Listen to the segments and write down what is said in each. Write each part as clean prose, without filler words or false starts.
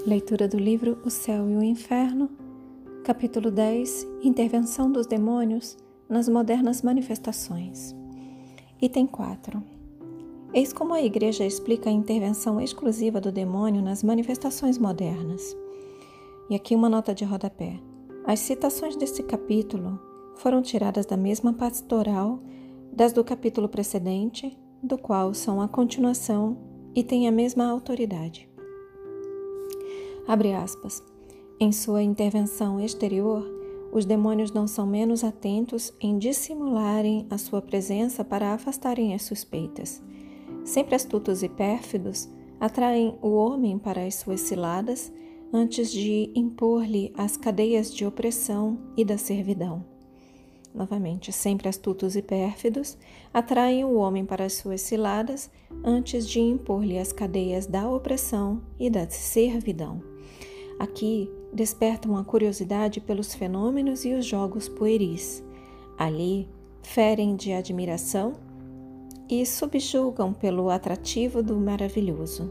Leitura do livro O Céu e o Inferno, capítulo 10, Intervenção dos demônios nas modernas manifestações. Item 4. Eis como a Igreja explica a intervenção exclusiva do demônio nas manifestações modernas. E aqui uma nota de rodapé. As citações deste capítulo foram tiradas da mesma pastoral das do capítulo precedente, do qual são a continuação e têm a mesma autoridade. Abre aspas. Em sua intervenção exterior, os demônios não são menos atentos em dissimularem a sua presença para afastarem as suspeitas. Sempre astutos e pérfidos, atraem o homem para as suas ciladas antes de impor-lhe as cadeias de opressão e da servidão. Novamente, sempre astutos e pérfidos, atraem o homem para as suas ciladas antes de impor-lhe as cadeias da opressão e da servidão. Aqui despertam a curiosidade pelos fenômenos e os jogos pueris. Ali ferem de admiração e subjugam pelo atrativo do maravilhoso.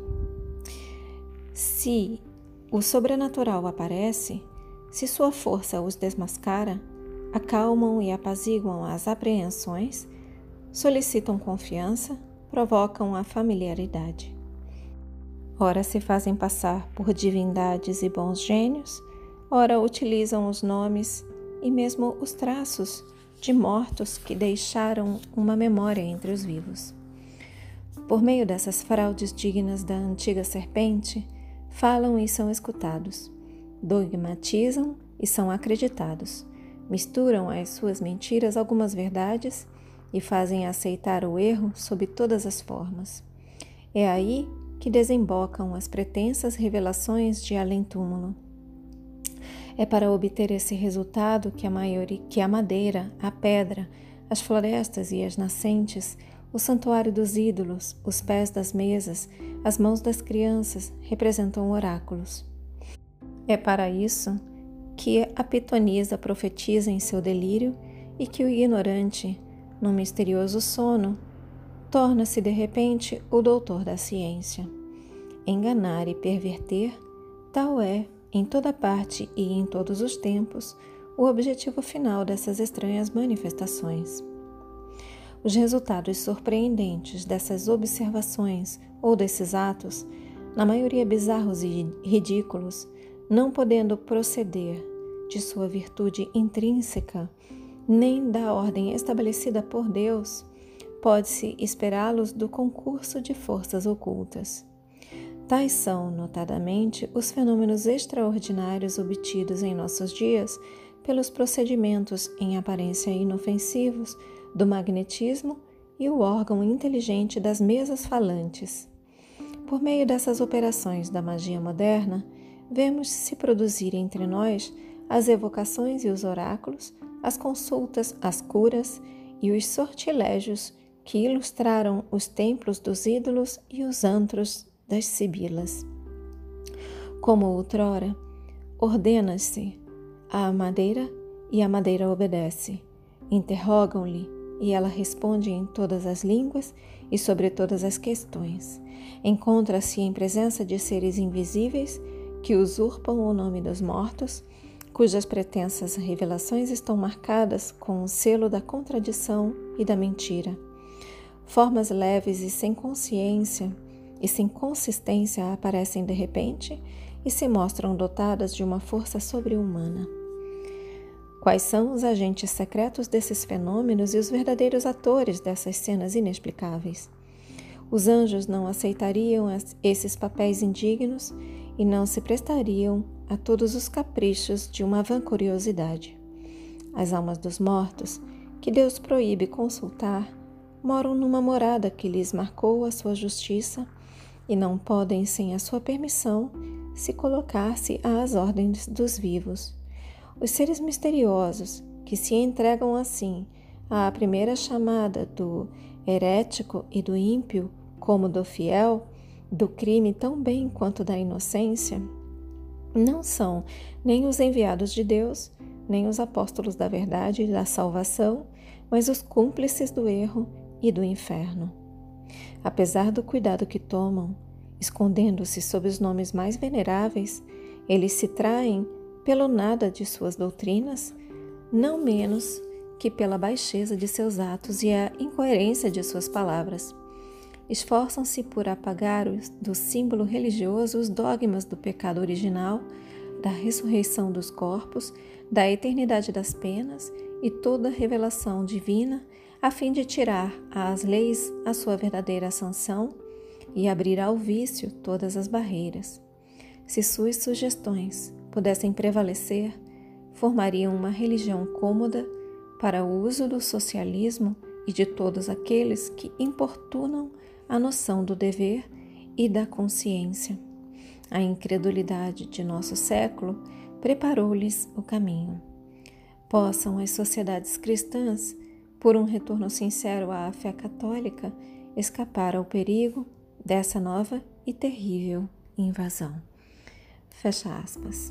Se o sobrenatural aparece, se sua força os desmascara, acalmam e apaziguam as apreensões, solicitam confiança, provocam a familiaridade. Ora se fazem passar por divindades e bons gênios, ora utilizam os nomes e mesmo os traços de mortos que deixaram uma memória entre os vivos. Por meio dessas fraudes dignas da antiga serpente, falam e são escutados, dogmatizam e são acreditados, misturam às suas mentiras algumas verdades e fazem aceitar o erro sob todas as formas. É aí que desembocam as pretensas revelações de além-túmulo. É para obter esse resultado que a madeira, a pedra, as florestas e as nascentes, o santuário dos ídolos, os pés das mesas, as mãos das crianças representam oráculos. É para isso que a pitonisa profetiza em seu delírio e que o ignorante, num misterioso sono, torna-se de repente o doutor da ciência. Enganar e perverter, tal é, em toda parte e em todos os tempos, o objetivo final dessas estranhas manifestações. Os resultados surpreendentes dessas observações ou desses atos, na maioria bizarros e ridículos, não podendo proceder de sua virtude intrínseca, nem da ordem estabelecida por Deus, pode-se esperá-los do concurso de forças ocultas. Tais são, notadamente, os fenômenos extraordinários obtidos em nossos dias pelos procedimentos em aparência inofensivos do magnetismo e o órgão inteligente das mesas falantes. Por meio dessas operações da magia moderna, vemos se produzir entre nós as evocações e os oráculos, as consultas, as curas e os sortilégios que ilustraram os templos dos ídolos e os antros das sibilas. Como outrora, ordena-se à madeira e a madeira obedece. Interrogam-lhe e ela responde em todas as línguas e sobre todas as questões. Encontra-se em presença de seres invisíveis que usurpam o nome dos mortos, cujas pretensas revelações estão marcadas com o selo da contradição e da mentira. Formas leves e sem consciência e sem consistência aparecem de repente e se mostram dotadas de uma força sobre-humana. Quais são os agentes secretos desses fenômenos e os verdadeiros atores dessas cenas inexplicáveis? Os anjos não aceitariam esses papéis indignos e não se prestariam a todos os caprichos de uma vã curiosidade. As almas dos mortos, que Deus proíbe consultar, moram numa morada que lhes marcou a sua justiça e não podem, sem a sua permissão, se colocar-se às ordens dos vivos. Os seres misteriosos, que se entregam assim à primeira chamada do herético e do ímpio, como do fiel, do crime tão bem quanto da inocência, não são nem os enviados de Deus, nem os apóstolos da verdade e da salvação, mas os cúmplices do erro e do inferno. Apesar do cuidado que tomam Escondendo-se sob os nomes mais veneráveis, eles se traem pelo nada de suas doutrinas, não menos que pela baixeza de seus atos e a incoerência de suas palavras. Esforçam-se por apagar do símbolo religioso os dogmas do pecado original, da ressurreição dos corpos, da eternidade das penas e toda revelação divina, a fim de tirar às leis a sua verdadeira sanção e abrir ao vício todas as barreiras. Se suas sugestões pudessem prevalecer, formariam uma religião cômoda para o uso do socialismo e de todos aqueles que importunam a noção do dever e da consciência. A incredulidade de nosso século preparou-lhes o caminho. Possam as sociedades cristãs, por um retorno sincero à fé católica, escapar ao perigo dessa nova e terrível invasão. Fecha aspas.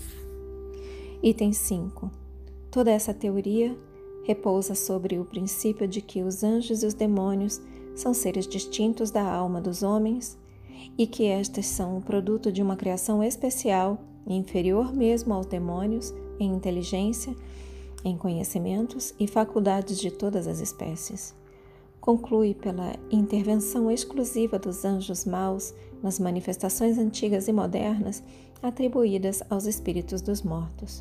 Item 5. Toda essa teoria repousa sobre o princípio de que os anjos e os demônios são seres distintos da alma dos homens e que estas são o produto de uma criação especial e inferior mesmo aos demônios em inteligência, em conhecimentos e faculdades de todas as espécies. Conclui pela intervenção exclusiva dos anjos maus nas manifestações antigas e modernas atribuídas aos espíritos dos mortos.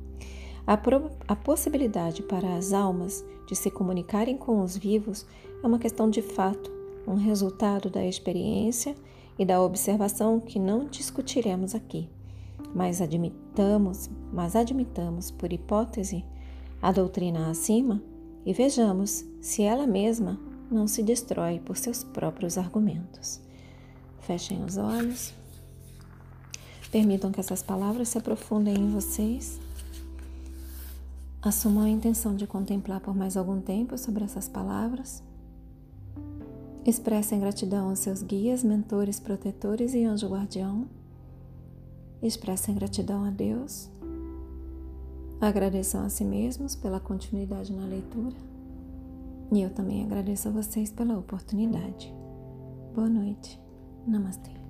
A possibilidade para as almas de se comunicarem com os vivos é uma questão de fato, um resultado da experiência e da observação que não discutiremos aqui, mas admitamos por hipótese a doutrina acima e vejamos se ela mesma não se destrói por seus próprios argumentos. Fechem os olhos. Permitam que essas palavras se aprofundem em vocês. Assumam a intenção de contemplar por mais algum tempo sobre essas palavras. Expressem gratidão aos seus guias, mentores, protetores e anjo guardião. Expressem gratidão a Deus. Agradeçam a si mesmos pela continuidade na leitura. E eu também agradeço a vocês pela oportunidade. Boa noite. Namastê.